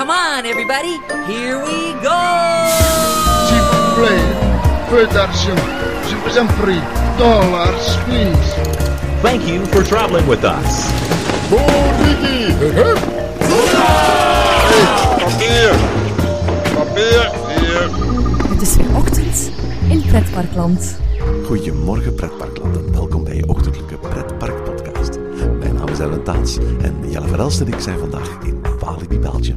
Come on, everybody. Here we go! S'il vous plaît, peu d'argent. Je vous en prie. Dollars, please. Thank you for traveling with us. Papier! Papier, hier. Het is weer ochtend in Pretparkland. Goedemorgen Pretparkland en welkom bij je ochtendelijke Pretpark-podcast. Mijn naam is Erwin Taats en Jelle Verhelst en ik zijn vandaag in Walibi, Belgium.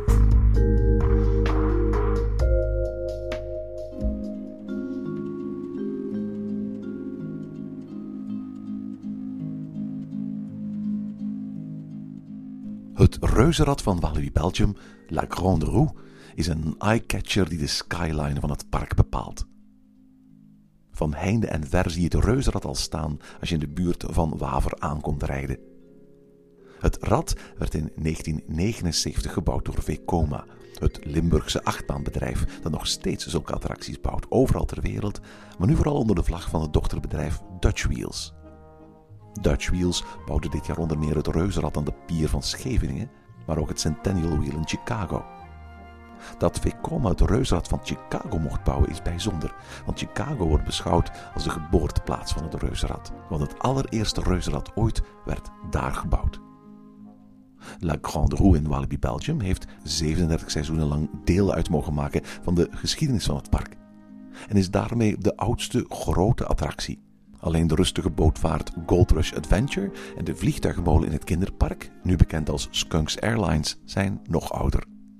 Het reuzenrad van Walibi Belgium, La Grande Roue, is een eye-catcher die de skyline van het park bepaalt. Van heinde en ver zie je het reuzenrad al staan als je in de buurt van Waver aankomt rijden. Het rad werd in 1979 gebouwd door Vekoma, het Limburgse achtbaanbedrijf dat nog steeds zulke attracties bouwt, overal ter wereld, maar nu vooral onder de vlag van het dochterbedrijf Dutch Wheels. Dutch Wheels bouwde dit jaar onder meer het reuzenrad aan de pier van Scheveningen, maar ook het Centennial Wheel in Chicago. Dat Vekoma het reuzenrad van Chicago mocht bouwen is bijzonder, want Chicago wordt beschouwd als de geboorteplaats van het reuzenrad, want het allereerste reuzenrad ooit werd daar gebouwd. La Grande Roue in Walibi Belgium heeft 37 seizoenen lang deel uit mogen maken van de geschiedenis van het park en is daarmee de oudste grote attractie. Alleen de rustige bootvaart Gold Rush Adventure en de vliegtuigmolen in het kinderpark, nu bekend als Skunks Airlines, zijn nog ouder.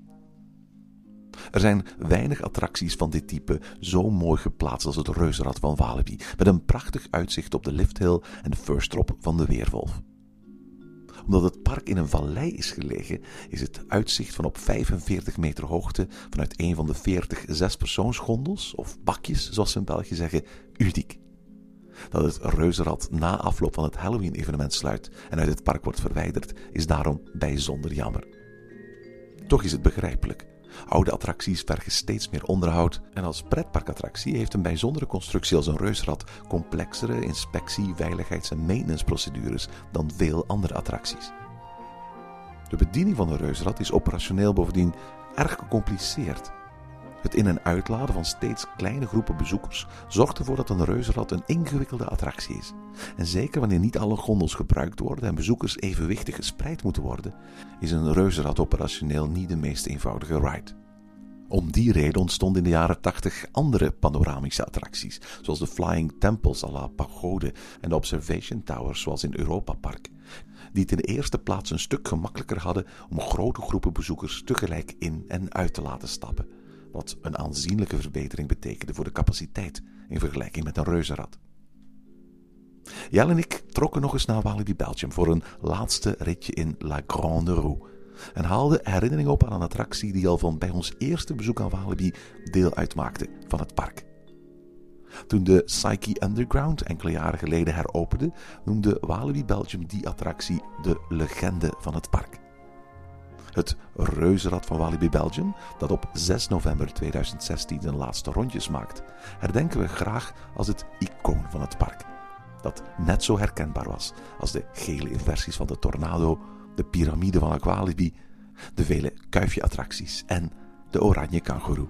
Er zijn weinig attracties van dit type zo mooi geplaatst als het reuzenrad van Walibi, met een prachtig uitzicht op de lifthill en de first drop van de Weerwolf. Omdat het park in een vallei is gelegen, is het uitzicht van op 45 meter hoogte vanuit een van de 40 zespersoonsgondels, of bakjes zoals ze in België zeggen, uniek. Dat het reuzenrad na afloop van het Halloween-evenement sluit en uit het park wordt verwijderd, is daarom bijzonder jammer. Toch is het begrijpelijk. Oude attracties vergen steeds meer onderhoud en als pretparkattractie heeft een bijzondere constructie als een reuzenrad complexere inspectie-, veiligheids- en maintenanceprocedures dan veel andere attracties. De bediening van een reuzenrad is operationeel bovendien erg gecompliceerd. Het in- en uitladen van steeds kleine groepen bezoekers zorgt ervoor dat een reuzenrad een ingewikkelde attractie is. En zeker wanneer niet alle gondels gebruikt worden en bezoekers evenwichtig gespreid moeten worden, is een reuzenrad operationeel niet de meest eenvoudige ride. Om die reden ontstonden in de jaren 80 andere panoramische attracties, zoals de Flying Temples à la Pagode en de Observation Towers zoals in Europa Park, die het in de eerste plaats een stuk gemakkelijker hadden om grote groepen bezoekers tegelijk in en uit te laten stappen, wat een aanzienlijke verbetering betekende voor de capaciteit in vergelijking met een reuzenrad. Jelle en ik trokken nog eens naar Walibi Belgium voor een laatste ritje in La Grande Roue en haalden herinnering op aan een attractie die al van bij ons eerste bezoek aan Walibi deel uitmaakte van het park. Toen de Psyche Underground enkele jaren geleden heropende, noemde Walibi Belgium die attractie de legende van het park. Het reuzenrad van Walibi Belgium, dat op 6 november 2016 zijn laatste rondjes maakt, herdenken we graag als het icoon van het park. Dat net zo herkenbaar was als de gele inversies van de Tornado, de piramide van Aqualibi, de vele kuifje-attracties en de oranje kangoeroe.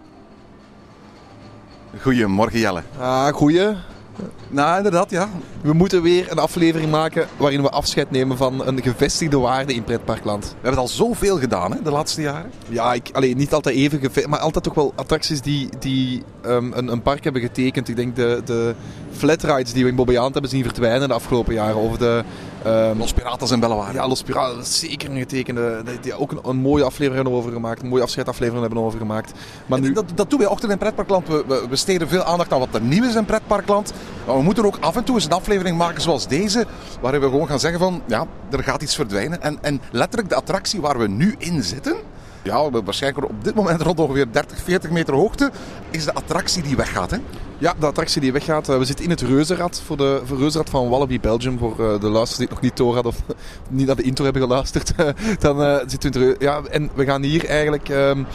Goedemorgen Jelle. Goeie. Nou, inderdaad, ja. We moeten weer een aflevering maken waarin we afscheid nemen van een gevestigde waarde in pretparkland. We hebben het al zoveel gedaan, hè, de laatste jaren. Ja, niet altijd even maar altijd toch wel attracties die een park hebben getekend. Ik denk de flatrides die we in Bobbejaand hebben zien verdwijnen de afgelopen jaren. Of de... Los Piratas en Bellewaarde. Ja, Los Piratas, dat is zeker een getekende. Die ook een mooie aflevering hebben over gemaakt. Een mooie afscheidaflevering hebben over gemaakt. Maar nu... Dat doen wij ochtend in Pretparkland. We besteden veel aandacht aan wat er nieuw is in Pretparkland. Maar we moeten ook af en toe eens een aflevering maken zoals deze. Waarin we gewoon gaan zeggen van, ja, er gaat iets verdwijnen. En letterlijk de attractie waar we nu in zitten... Ja, waarschijnlijk op dit moment rond ongeveer 30, 40 meter hoogte is de attractie die weggaat, hè? Ja, de attractie die weggaat. We zitten in het reuzenrad, voor de reuzenrad van Walibi Belgium. Voor de luisteraars die het nog niet door hadden of niet naar de intro hebben geluisterd. Dan zitten we in het ja, en we gaan hier eigenlijk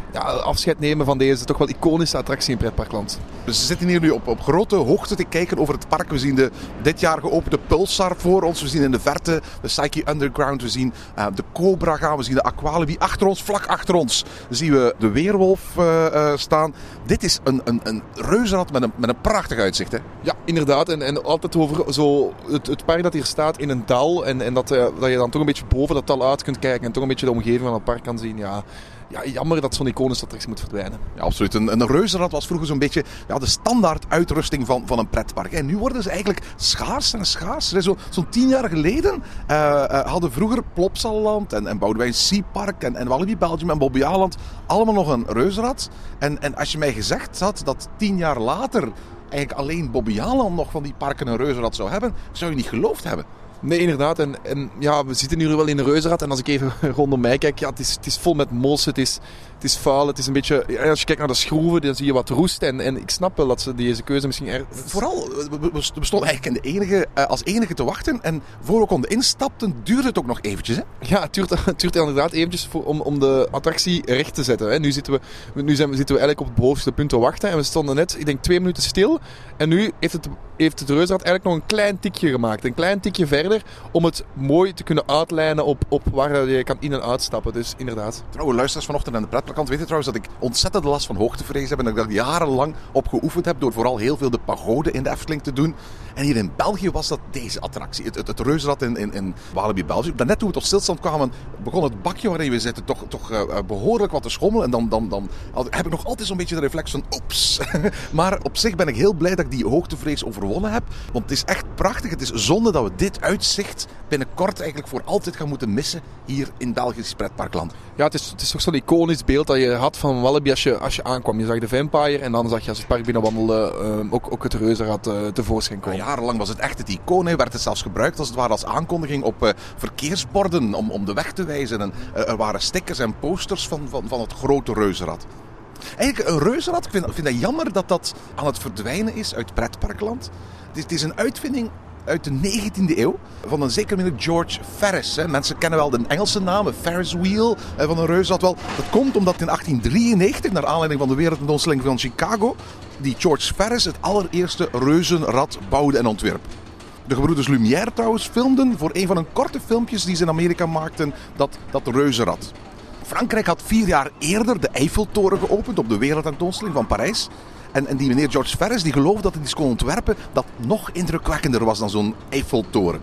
afscheid nemen van deze toch wel iconische attractie in pretparkland. Dus we zitten hier nu op grote hoogte te kijken over het park. We zien dit jaar geopende Pulsar voor ons. We zien in de verte de Psyche Underground. We zien de Cobra gaan. We zien de Aqualibi achter ons. Vlak achter ons zien we de Weerwolf staan. Dit is een reuzenrad met een prachtig uitzicht. Hè? Ja, inderdaad. En altijd over zo het park dat hier staat in een dal. En dat je dan toch een beetje boven dat dal uit kunt kijken. En toch een beetje de omgeving van het park kan zien. Ja, jammer dat zo'n iconische attractie moet verdwijnen. Ja, absoluut. Een reuzenrad was vroeger zo'n beetje de standaard uitrusting van een pretpark. En nu worden ze eigenlijk schaars en schaars. Zo'n 10 jaar geleden hadden vroeger Plopsaland en Boudewijn Seapark en Walibi Belgium en Bobbejaanland allemaal nog een reuzenrad. En als je mij gezegd had dat 10 jaar later eigenlijk alleen Bobbejaanland nog van die parken een reuzenrad zou hebben, zou je niet geloofd hebben. Nee, inderdaad. En we zitten hier wel in een reuzenrad. En als ik even rondom mij kijk, het is vol met mos. Het is vuil. Het is een beetje... als je kijkt naar de schroeven, dan zie je wat roest. En ik snap wel dat ze deze keuze misschien... Vooral, we stonden eigenlijk als enige te wachten. En voor we konden instapten, duurde het ook nog eventjes. Hè? Ja, het duurt inderdaad eventjes om de attractie recht te zetten. Hè. Nu zitten we eigenlijk op het bovenste punt te wachten. En we stonden net, ik denk 2 minuten stil. En nu heeft het reuzenrad eigenlijk nog een klein tikje gemaakt. Een klein tikje verder. Om het mooi te kunnen uitlijnen op waar je kan in- en uitstappen. Dus inderdaad. Trouwe luisteraars vanochtend aan de pretparkant weten trouwens dat ik ontzettend last van hoogtevrees heb. En dat ik daar jarenlang op geoefend heb door vooral heel veel de pagode in de Efteling te doen. En hier in België was dat deze attractie. Het reuzenrad in Walibi Belgium. Daarnet toen we tot stilstand kwamen, begon het bakje waarin we zitten toch behoorlijk wat te schommelen. En dan heb ik nog altijd zo'n beetje de reflex van oeps. Maar op zich ben ik heel blij dat ik die hoogtevrees overwonnen heb. Want het is echt prachtig. Het is zonde dat we dit uitzicht binnenkort eigenlijk voor altijd gaan moeten missen hier in Belgisch pretparkland. Ja, het is toch zo'n iconisch beeld dat je had van Walibi als je aankwam. Je zag de Vampire en dan zag je als het park binnenwandelde ook het reuzenrad tevoorschijn komen. Ja, jarenlang was het echt het icoon. Werd het zelfs gebruikt als het ware als aankondiging op verkeersborden om de weg te wijzen. En er waren stickers en posters van het grote reuzenrad. Eigenlijk een reuzenrad, ik vind dat jammer dat aan het verdwijnen is uit pretparkland. Het is een uitvinding uit de 19e eeuw van een zeker meneer George Ferris. Hè. Mensen kennen wel de Engelse naam, Ferris Wheel van een reuzenrad. Wel, dat komt omdat in 1893, naar aanleiding van de wereldtentoonstelling van Chicago, die George Ferris het allereerste reuzenrad bouwde en ontwierp. De gebroeders Lumière trouwens filmden voor een van hun korte filmpjes die ze in Amerika maakten dat reuzenrad. Frankrijk had 4 jaar eerder de Eiffeltoren geopend op de wereldtentoonstelling van Parijs. En die meneer George Ferris die geloofde dat hij iets kon ontwerpen dat nog indrukwekkender was dan zo'n Eiffeltoren.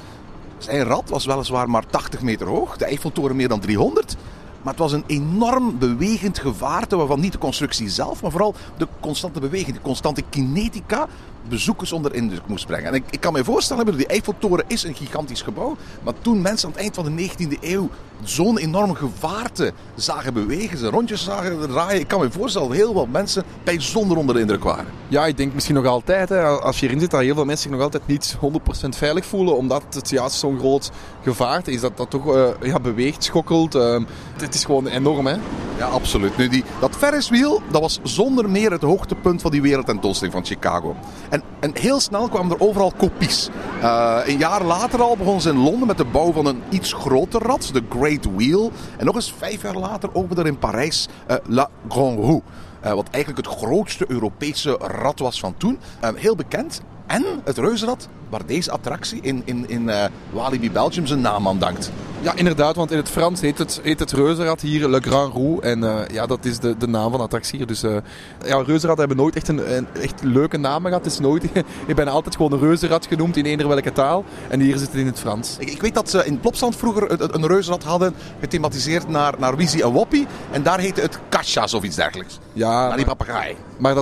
Zijn rad was weliswaar maar 80 meter hoog, de Eiffeltoren meer dan 300. Maar het was een enorm bewegend gevaarte waarvan niet de constructie zelf, maar vooral de constante beweging, de constante kinetica bezoekers onder indruk moest brengen. En ik kan me voorstellen, die Eiffeltoren is een gigantisch gebouw, maar toen mensen aan het eind van de 19e eeuw zo'n enorm gevaarte zagen bewegen, ze rondjes zagen draaien, ik kan me voorstellen dat heel wat mensen bijzonder onder de indruk waren. Ja, ik denk misschien nog altijd, hè, als je erin zit, dat heel veel mensen zich nog altijd niet 100% veilig voelen, omdat het juist zo'n groot gevaarte is, dat toch beweegt, schokkelt. Het is gewoon enorm, hè? Ja, absoluut. Nu, dat Ferris Wheel, dat was zonder meer het hoogtepunt van die wereldtentoonstelling van Chicago. En heel snel kwamen er overal kopies. Een jaar later al begonnen ze in Londen met de bouw van een iets groter rad, de Great Wheel. En nog eens 5 jaar later opende er in Parijs La Grande Roue. Wat eigenlijk het grootste Europese rad was van toen. Heel bekend. En het reuzenrad waar deze attractie in Walibi Belgium zijn naam aan dankt. Ja, inderdaad, want in het Frans heet het reuzenrad hier Le Grand Roue. En dat is de naam van de attractie hier. Dus reuzenrad hebben nooit echt een echt leuke naam gehad. Het is nooit, ik ben altijd gewoon een reuzenrad genoemd in eender welke taal. En hier zit het in het Frans. Ik weet dat ze in Plopsaland vroeger een reuzenrad hadden gethematiseerd naar Wizzy en Woppie. En daar heette het Kasjas of iets dergelijks. Ja, naar die papegaai. Maar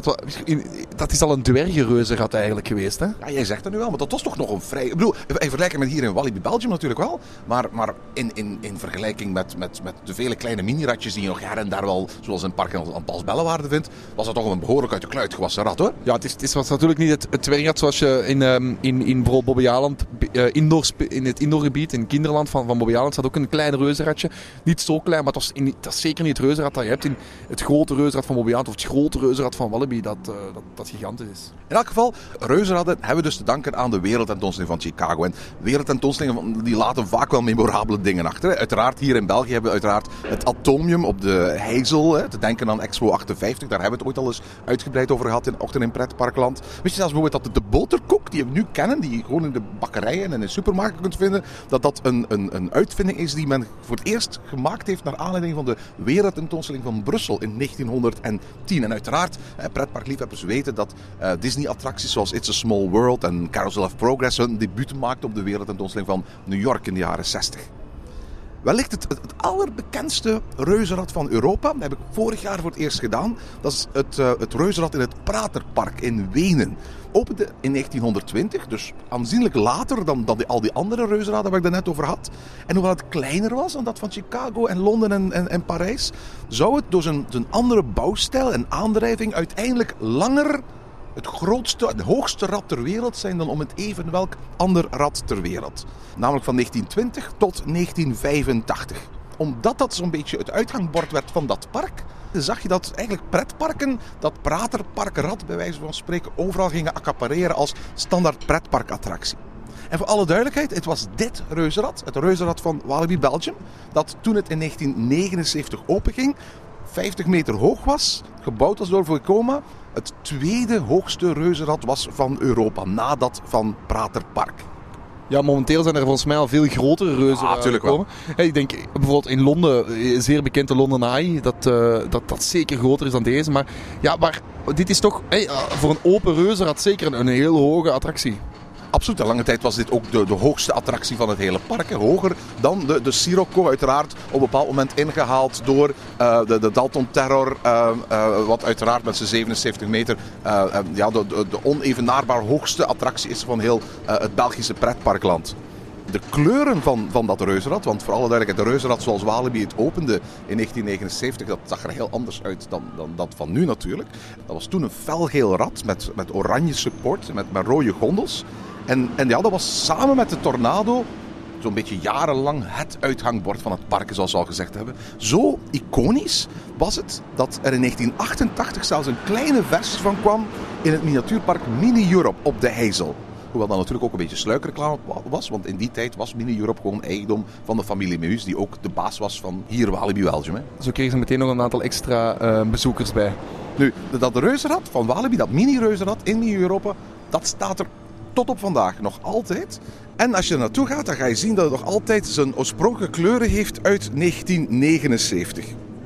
dat is al een dwergenreuzenrad eigenlijk geweest, hè? Ja, jij zegt dat nu wel, maar dat was toch nog een vrij... Ik bedoel, in vergelijking met hier in Walibi Belgium natuurlijk wel. Maar in vergelijking met de vele kleine mini-radjes die je nog her en daar wel, zoals in het park aan Palsbellewaarde vindt, was dat toch een behoorlijk uit de kluit gewassen rad, hoor. Ja, het was natuurlijk niet het dwergenrad zoals je in bijvoorbeeld Bobbejaanland, in het indoorgebied, in Kinderland van Bobbejaanland, staat ook een klein reuzenradje. Niet zo klein, maar dat is zeker niet het reuzenrad dat je hebt in het grote reuzenrad van Bobbejaanland of het grote reuzenrad van Walibi, dat gigantisch is. In elk geval, reuzenradden hebben we dus te danken aan de wereldtentoonstelling van Chicago. En wereldtentoonstellingen die laten vaak wel memorabele dingen achter. Hè. Uiteraard hier in België hebben we uiteraard het Atomium op de Heizel. Hè, te denken aan Expo 58. Daar hebben we het ooit al eens uitgebreid over gehad in Ochtend in Pretparkland. Weet je zelfs bijvoorbeeld dat de boterkoek die we nu kennen, die je gewoon in de bakkerijen en in de supermarkten kunt vinden, dat een uitvinding is die men voor het eerst gemaakt heeft naar aanleiding van de wereldtentoonstelling van Brussel in 1910. En uiteraard, pretparkliefhebbers weten dat Disney-attracties zoals It's a Small World en Carousel of Progress hun debuut maakten op de wereldtentoonstelling van New York in de jaren 60. Wellicht het allerbekendste reuzenrad van Europa, dat heb ik vorig jaar voor het eerst gedaan. Dat is het reuzenrad in het Praterpark in Wenen. Opende in 1920, dus aanzienlijk later dan al die andere reuzenraden waar ik het net over had. En hoewel het kleiner was dan dat van Chicago en Londen en Parijs, zou het door zijn andere bouwstijl en aandrijving uiteindelijk langer het grootste en hoogste rad ter wereld zijn dan om het even welk ander rad ter wereld. Namelijk van 1920 tot 1985. Omdat dat zo'n beetje het uitgangbord werd van dat park, zag je dat eigenlijk pretparken dat Praterparkrad bij wijze van spreken overal gingen accapareren als standaard pretparkattractie. En voor alle duidelijkheid, het was dit reuzenrad, het reuzenrad van Walibi Belgium, dat toen het in 1979 openging, 50 meter hoog was, gebouwd was door Vekoma, het tweede hoogste reuzenrad was van Europa, na dat van Praterpark. Ja, momenteel zijn er volgens mij al veel grotere reuzenraden gekomen. Hey, ik denk bijvoorbeeld in Londen, zeer bekende London Eye, dat zeker groter is dan deze. Maar ja, dit is toch voor een open reuzenrad zeker een heel hoge attractie. Absoluut, een lange tijd was dit ook de hoogste attractie van het hele park. Hoger dan de Sirocco, uiteraard op een bepaald moment ingehaald door de Dalton Terror. Wat uiteraard met zijn 77 meter de onevenaarbaar hoogste attractie is van heel het Belgische pretparkland. De kleuren van dat reuzenrad, want voor alle duidelijkheid, de reuzenrad zoals Walibi het opende in 1979, dat zag er heel anders uit dan dat van nu natuurlijk. Dat was toen een felgeel rad met oranje support, met rode gondels. En dat was samen met de Tornado zo'n beetje jarenlang het uitgangbord van het park, zoals we al gezegd hebben. Zo iconisch was het dat er in 1988 zelfs een kleine versie van kwam in het miniatuurpark Mini Europe op de Heizel. Hoewel dat natuurlijk ook een beetje sluikreclame was, want in die tijd was Mini Europe gewoon eigendom van de familie Meus, die ook de baas was van hier Walibi Belgium. Hè. Zo kregen ze meteen nog een aantal extra bezoekers bij. Nu, dat reuzenrad van Walibi, dat mini-reuzenrad in Mini Europa, dat staat er tot op vandaag nog altijd. En als je er naartoe gaat, dan ga je zien dat het nog altijd zijn oorspronkelijke kleuren heeft uit 1979.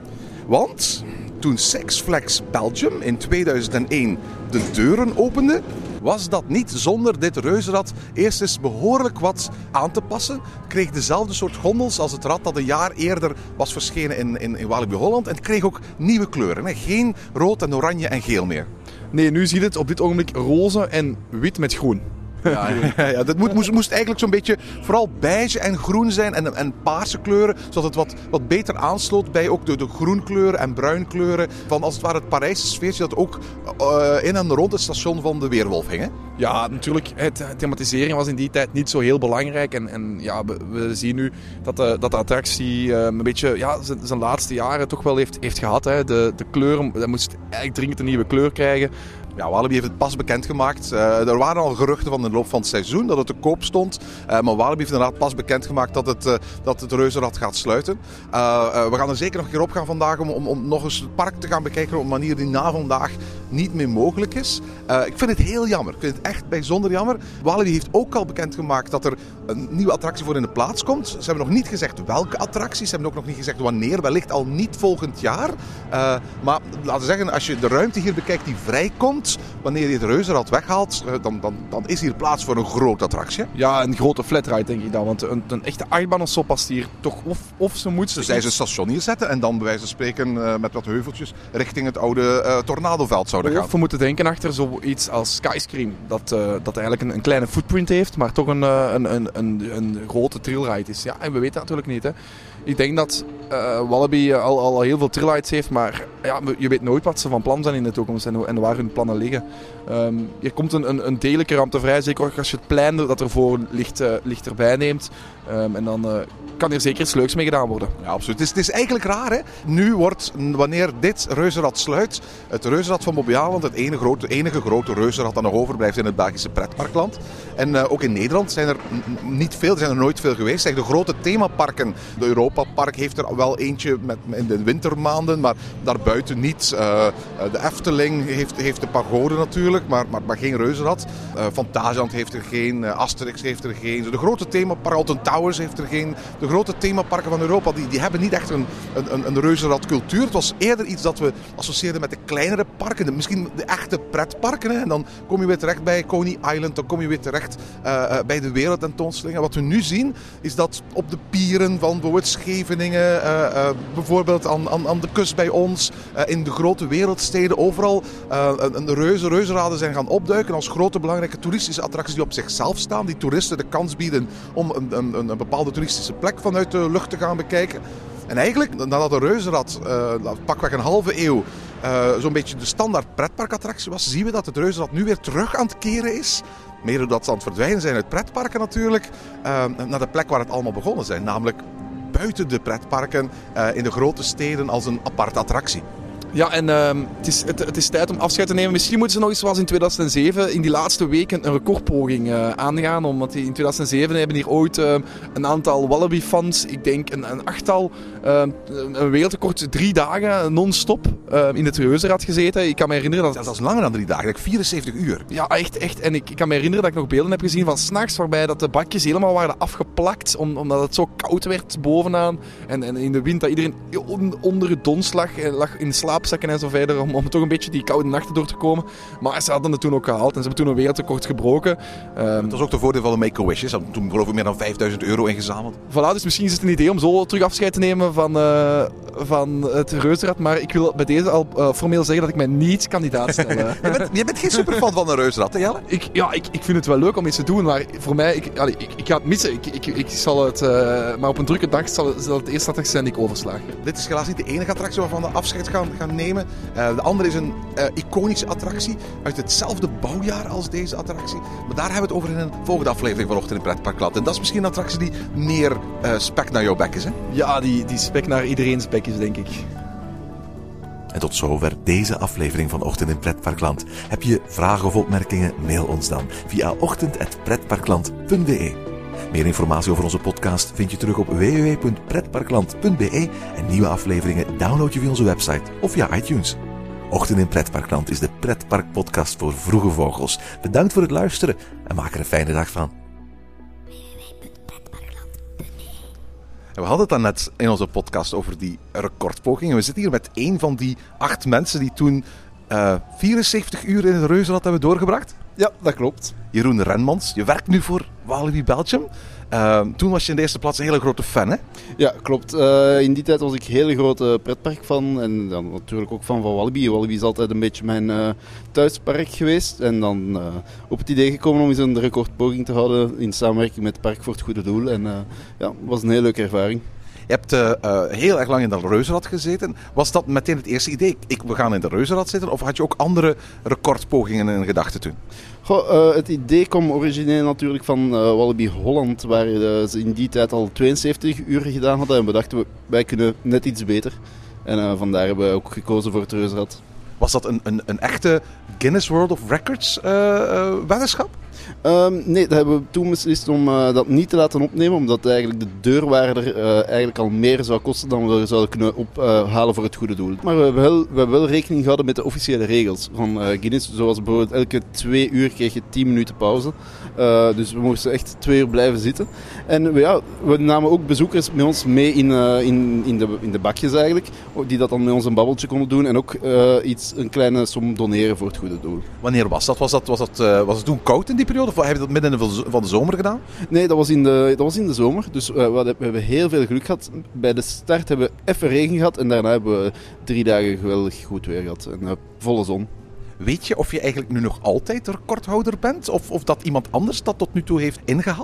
Want toen Six Flags Belgium in 2001 de deuren opende, was dat niet zonder dit reuzenrad eerst eens behoorlijk wat aan te passen. Het kreeg dezelfde soort gondels als het rad dat een jaar eerder was verschenen in Walibi Holland. En het kreeg ook nieuwe kleuren. Hè. Geen rood en oranje en geel meer. Nee, nu zie je het op dit ogenblik roze en wit met groen. Ja, dat moest eigenlijk zo'n beetje vooral beige en groen zijn en paarse kleuren, zodat het wat beter aansloot bij ook de groenkleuren en bruinkleuren van als het ware het Parijse sfeertje dat ook in en rond het station van de Weerwolf hing. Hè? Ja, natuurlijk. Het thematiseren was in die tijd niet zo heel belangrijk. En ja, we zien nu dat de attractie een beetje zijn laatste jaren toch wel heeft gehad. Hè. De kleuren, dat moest eigenlijk dringend een nieuwe kleur krijgen. Ja, Walibi heeft het pas bekendgemaakt. Er waren al geruchten van de loop van het seizoen dat het te koop stond. Maar Walibi heeft inderdaad pas bekendgemaakt dat het reuzenrad gaat sluiten. We gaan er zeker nog een keer op gaan vandaag om nog eens het park te gaan bekijken op een manier die na vandaag niet meer mogelijk is. Ik vind het heel jammer. Ik vind het echt bijzonder jammer. Walibi heeft ook al bekendgemaakt dat er een nieuwe attractie voor in de plaats komt. Ze hebben nog niet gezegd welke attracties. Ze hebben ook nog niet gezegd wanneer. Wellicht al niet volgend jaar. Maar laten we zeggen, als je de ruimte hier bekijkt die vrijkomt, wanneer je het reuzenrad weghaalt, dan is hier plaats voor een grote attractie. Ja, een grote flatride denk ik dan. Want een echte achtbaan of zo past hier toch of ze moet. Dus zij ze een station hier zetten en dan bij wijze van spreken met wat heuveltjes richting het oude Tornadoveld zouden gaan. Of we moeten denken achter zoiets als Skyscream. Dat eigenlijk een kleine footprint heeft, maar toch een grote trailride is. Ja, en we weten natuurlijk niet. Hè. Ik denk dat Walibi al heel veel trailrides heeft, maar ja, je weet nooit wat ze van plan zijn in de toekomst en waar hun plannen liggen. Hier komt een degelijke ruimte vrij, zeker als je het plein dat ervoor ligt erbij neemt. En dan kan hier zeker iets leuks mee gedaan worden. Ja, absoluut. Het is eigenlijk raar, hè? Nu wordt, wanneer dit reuzenrad sluit, het reuzenrad van Bobby Aland, het enige grote reuzenrad dat nog overblijft in het Belgische pretparkland. En ook in Nederland zijn er niet veel, er zijn er nooit veel geweest. Zeg, de grote themaparken, de Europa-park heeft er wel eentje in de wintermaanden, maar daarbuiten niet. De Efteling heeft de pagode natuurlijk, maar geen reuzenrad. Fantasialand heeft er geen, Asterix heeft er geen. De grote themaparken, Alton Towers heeft er geen. De grote themaparken van Europa, die hebben niet echt een reuzenradcultuur. Het was eerder iets dat we associeerden met de kleinere parken, misschien de echte pretparken. Hè. En dan kom je weer terecht bij Coney Island, dan kom je weer terecht bij de wereldtentoonstellingen. Wat we nu zien, is dat op de pieren van bijvoorbeeld Scheveningen, bijvoorbeeld aan de kust bij ons, in de grote wereldsteden, overal de reuzenraden zijn gaan opduiken als grote belangrijke toeristische attracties die op zichzelf staan, die toeristen de kans bieden om een bepaalde toeristische plek vanuit de lucht te gaan bekijken. En eigenlijk, nadat de reuzenrad pakweg een halve eeuw zo'n beetje de standaard pretparkattractie was, zien we dat het reuzenrad nu weer terug aan het keren is. Meer doordat ze aan het verdwijnen zijn uit pretparken natuurlijk, naar de plek waar het allemaal begonnen zijn. Namelijk buiten de pretparken, in de grote steden als een aparte attractie. Ja, en het is tijd om afscheid te nemen. Misschien moeten ze nog eens zoals in 2007 in die laatste weken een recordpoging aangaan. Omdat in 2007 hebben hier ooit een aantal Wallaby-fans, ik denk een achttal, een wereldrecord 3 dagen non-stop in het reuzenrad gezeten. Ik kan me herinneren dat is langer dan 3 dagen, like 74 uur. Ja, echt. En ik kan me herinneren dat ik nog beelden heb gezien van 's nachts waarbij dat de bakjes helemaal waren afgeplakt. Omdat het zo koud werd bovenaan. En in de wind dat iedereen onder het dons lag in slaapzakken en zo verder, om toch een beetje die koude nachten door te komen. Maar ze hadden het toen ook gehaald en ze hebben toen een wereldrecord gebroken. Het was ook de voordeel van de Make-A-Wish. Ze hadden toen geloof ik meer dan €5.000 ingezameld. Voilà, dus misschien is het een idee om zo terug afscheid te nemen van het reuzenrad. Maar ik wil bij deze al formeel zeggen dat ik mij niet kandidaat stel. Je bent geen superfan van een reuzenrad, hè Jelle? Ik vind het wel leuk om iets te doen, maar voor mij, ik ga het missen. Ik zal het, maar op een drukke dag zal het eerste attractie zijn die ik oversla. Dit is helaas niet de enige attractie waarvan we afscheid gaan nemen. De andere is een iconische attractie uit hetzelfde bouwjaar als deze attractie. Maar daar hebben we het over in een volgende aflevering van Ochtend in Pretparkland. En dat is misschien een attractie die meer spek naar jouw bek is, hè? Ja, die spek naar iedereen's bek is, denk ik. En tot zover deze aflevering van Ochtend in Pretparkland. Heb je vragen of opmerkingen? Mail ons dan via ochtend@pretparkland.be. Meer informatie over onze podcast vind je terug op www.pretparkland.be en nieuwe afleveringen download je via onze website of via iTunes. Ochtend in Pretparkland is de pretparkpodcast voor vroege vogels. Bedankt voor het luisteren en maak er een fijne dag van. En we hadden het dan net in onze podcast over die recordpoging. En we zitten hier met een van die 8 mensen die toen 74 uur in het reuzenrad hebben doorgebracht. Ja, dat klopt. Jeroen Renmans, je werkt nu voor Walibi Belgium. Toen was je in de eerste plaats een hele grote fan, hè? Ja, klopt. In die tijd was ik een hele grote pretparkfan en dan natuurlijk ook fan van Walibi. Walibi is altijd een beetje mijn thuispark geweest. En dan op het idee gekomen om eens een recordpoging te houden in samenwerking met Park voor het Goede Doel. En ja, het was een hele leuke ervaring. Je hebt heel erg lang in dat reuzenrad gezeten. Was dat meteen het eerste idee? We gaan in de reuzenrad zitten? Of had je ook andere recordpogingen in gedachten toen? Het idee kwam origineel natuurlijk van Walibi Holland, waar ze in die tijd al 72 uur gedaan hadden. En we dachten, wij kunnen net iets beter. En vandaar hebben we ook gekozen voor het reuzenrad. Was dat een echte Guinness World of Records weddenschap? Nee, dat hebben we toen beslist om dat niet te laten opnemen, omdat eigenlijk de deurwaarder eigenlijk al meer zou kosten dan we er zouden kunnen ophalen voor het goede doel. Maar we hebben wel rekening gehouden met de officiële regels van Guinness, zoals bijvoorbeeld elke 2 uur kreeg je 10 minuten pauze. Dus we moesten echt 2 uur blijven zitten. En we namen ook bezoekers met ons mee in de bakjes eigenlijk, die dat dan met ons een babbeltje konden doen en ook een kleine som doneren voor het goede doel. Wanneer was dat? Was het toen koud in die periode? Of heb je dat midden van de zomer gedaan? Nee, dat was in de zomer. Dus we hebben heel veel geluk gehad. Bij de start hebben we even regen gehad en daarna hebben we 3 dagen geweldig goed weer gehad. En volle zon. Weet je of je eigenlijk nu nog altijd recordhouder bent? Of dat iemand anders dat tot nu toe heeft ingehaald?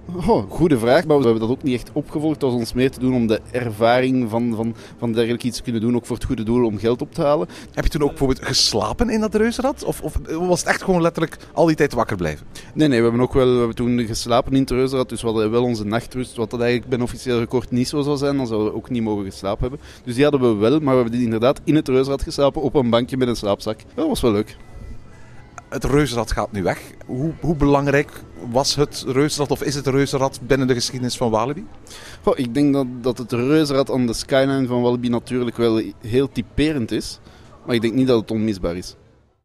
Goede vraag, maar we hebben dat ook niet echt opgevolgd. Het was ons meer te doen om de ervaring van dergelijk iets te kunnen doen, ook voor het goede doel om geld op te halen. Heb je toen ook bijvoorbeeld geslapen in dat reuzenrad? Of was het echt gewoon letterlijk al die tijd wakker blijven? Nee, we hebben toen geslapen in het reuzenrad, dus we hadden wel onze nachtrust, wat dat eigenlijk bij een officieel record niet zo zou zijn, dan zouden we ook niet mogen geslapen hebben. Dus die hadden we wel, maar we hebben inderdaad in het reuzenrad geslapen op een bankje met een slaapzak. Dat was wel leuk. Het reuzenrad gaat nu weg. Hoe belangrijk was het reuzenrad of is het reuzenrad binnen de geschiedenis van Walibi? Ik denk dat het reuzenrad aan de skyline van Walibi natuurlijk wel heel typerend is. Maar ik denk niet dat het onmisbaar is.